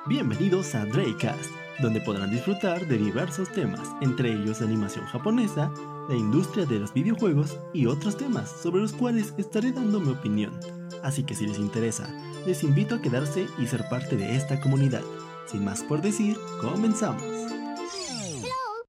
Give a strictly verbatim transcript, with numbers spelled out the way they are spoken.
Bienvenidos a Draycast, donde podrán disfrutar de diversos temas, entre ellos la animación japonesa, la industria de los videojuegos y otros temas sobre los cuales estaré dando mi opinión. Así que si les interesa, les invito a quedarse y ser parte de esta comunidad. Sin más por decir, comenzamos.